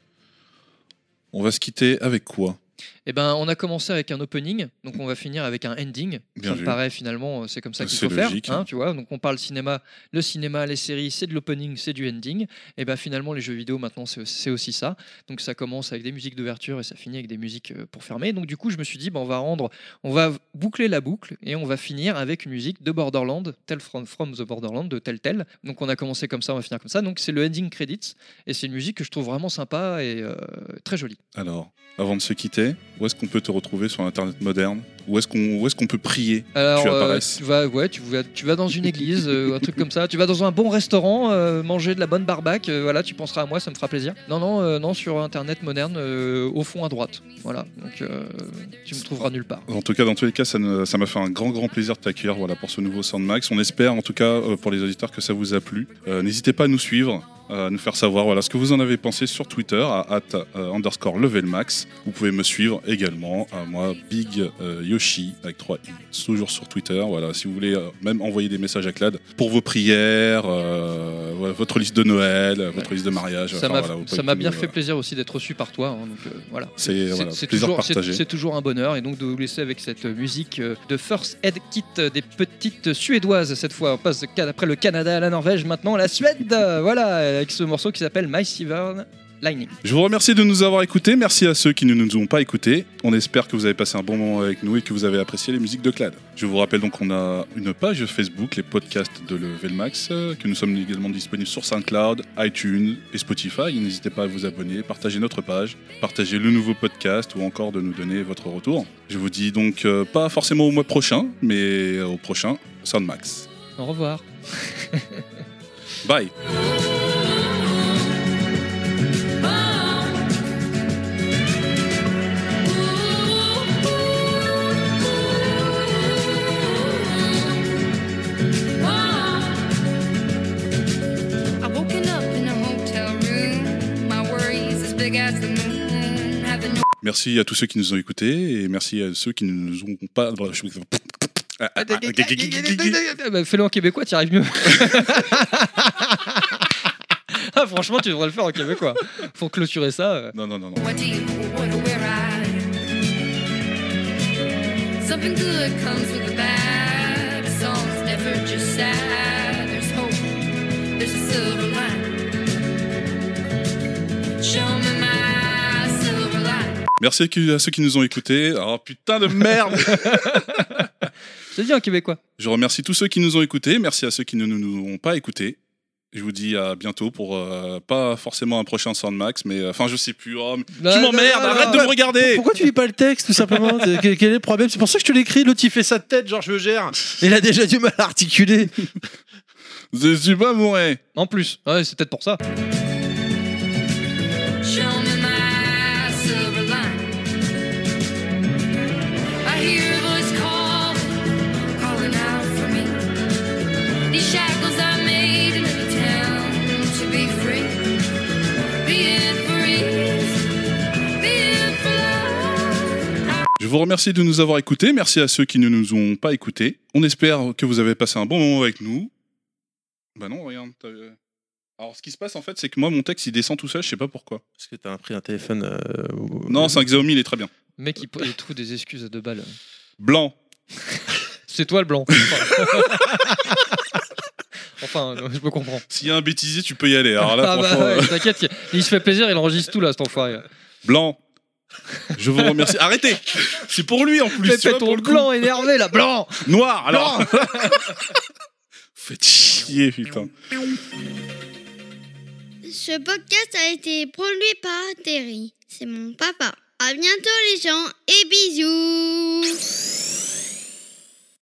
A: On va se quitter avec quoi ?
B: On a commencé avec un opening, donc on va finir avec un ending. Ça me paraît finalement, c'est comme ça qu'il faut logique, faire. Tu vois, donc on parle cinéma, le cinéma, les séries, c'est de l'opening, c'est du ending. Et finalement, les jeux vidéo maintenant, c'est aussi ça. Donc ça commence avec des musiques d'ouverture et ça finit avec des musiques pour fermer. Donc du coup, je me suis dit, on va boucler la boucle et on va finir avec une musique de Borderlands, Tell from the Borderlands de Telltale. Donc on a commencé comme ça, on va finir comme ça. Donc c'est le ending credits et c'est une musique que je trouve vraiment sympa et très jolie.
A: Alors, avant de se quitter, où est-ce qu'on peut te retrouver sur Internet moderne ? Où est-ce qu'on peut prier ?
B: Alors, tu vas dans une église, un truc comme ça. Tu vas dans un bon restaurant, manger de la bonne barbaque. Tu penseras à moi, ça me fera plaisir. Non, sur Internet moderne, au fond à droite. Voilà, donc tu me trouveras nulle part.
A: En tout cas, dans tous les cas, ça m'a fait un grand plaisir de t'accueillir pour ce nouveau Soundmax. On espère, en tout cas, pour les auditeurs, que ça vous a plu. N'hésitez pas à nous suivre. Nous faire savoir ce que vous en avez pensé sur Twitter à @_levelmax. Vous pouvez me suivre également à moi Big Yoshi avec 3 i, toujours sur Twitter. Si vous voulez même envoyer des messages à Clad pour vos prières, votre liste de Noël, votre liste de mariage.
B: Ça m'a bien fait plaisir aussi d'être reçu par toi.
A: C'est plaisir partagé.
B: C'est toujours un bonheur et donc de vous laisser avec cette musique de First Aid Kit des petites Suédoises cette fois. On passe après le Canada à la Norvège, maintenant la Suède. Avec ce morceau qui s'appelle My Silver Lining.
A: Je vous remercie de nous avoir écoutés. Merci à ceux qui ne nous ont pas écoutés. On espère que vous avez passé un bon moment avec nous et que vous avez apprécié les musiques de Clad. Je vous rappelle donc qu'on a une page Facebook, les podcasts de Levelmax, que nous sommes également disponibles sur SoundCloud, iTunes et Spotify. N'hésitez pas à vous abonner, partager notre page, partager le nouveau podcast ou encore de nous donner votre retour. Je vous dis donc pas forcément au mois prochain, mais au prochain Soundmax.
B: Au revoir.
A: Bye. Merci à tous ceux qui nous ont écoutés et merci à ceux qui ne nous ont pas...
B: Bah, fais-le en québécois, t'y arrives mieux. Ah, franchement, tu devrais le faire en québécois. Faut clôturer ça.
A: Non.
E: What do you want to wear out? Something good comes with the bad. The song's never just sad. There's hope, there's a silver line. Show me my silver line.
A: Merci à ceux qui nous ont écoutés. Oh putain de merde.
B: C'est dit en québécois.
A: Je remercie tous ceux qui nous ont écoutés. Merci à ceux qui ne nous ont pas écoutés. Je vous dis à bientôt pour pas forcément un prochain Soundmax, mais enfin je sais plus. Oh, tu m'emmerdes, arrête de me regarder.
F: Pourquoi tu lis pas le texte tout simplement? Quel est le problème? C'est pour ça que je te l'écris. L'autre il fait sa tête, genre je le gère. Il a déjà du mal à articuler.
A: Je suis pas mouré.
B: En plus, ouais, c'est peut-être pour ça.
E: Show me my silver line. I hear a voice calling out for me. These shackles I made in a town to be free. Be it for ease, be it for love.
A: Je vous remercie de nous avoir écoutés. Merci à ceux qui ne nous ont pas écoutés. On espère que vous avez passé un bon moment avec nous. Bah non, regarde. Alors ce qui se passe en fait, c'est que moi mon texte il descend tout seul, je sais pas pourquoi.
F: Parce que t'as pris un téléphone.
A: Non, c'est un Xiaomi, il est très bien.
B: Le mec, il trouve des excuses à 2 balles.
A: Blanc.
B: C'est toi le blanc. Enfin, je me comprends.
A: S'il y a un bêtisier, tu peux y aller. Alors là,
B: Ah bah
A: franchement,
B: ouais, t'inquiète, il se fait plaisir, il enregistre tout là, cet enfoiré.
A: Blanc. Je vous remercie. Arrêtez. C'est pour lui en plus.
B: Fais
A: tu vois,
B: ton
A: pour le coup.
B: blanc énervé là, blanc.
A: Noir. Alors. Faites chier, putain.
G: Ce podcast a été produit par Terry. C'est mon papa. À bientôt les gens et bisous.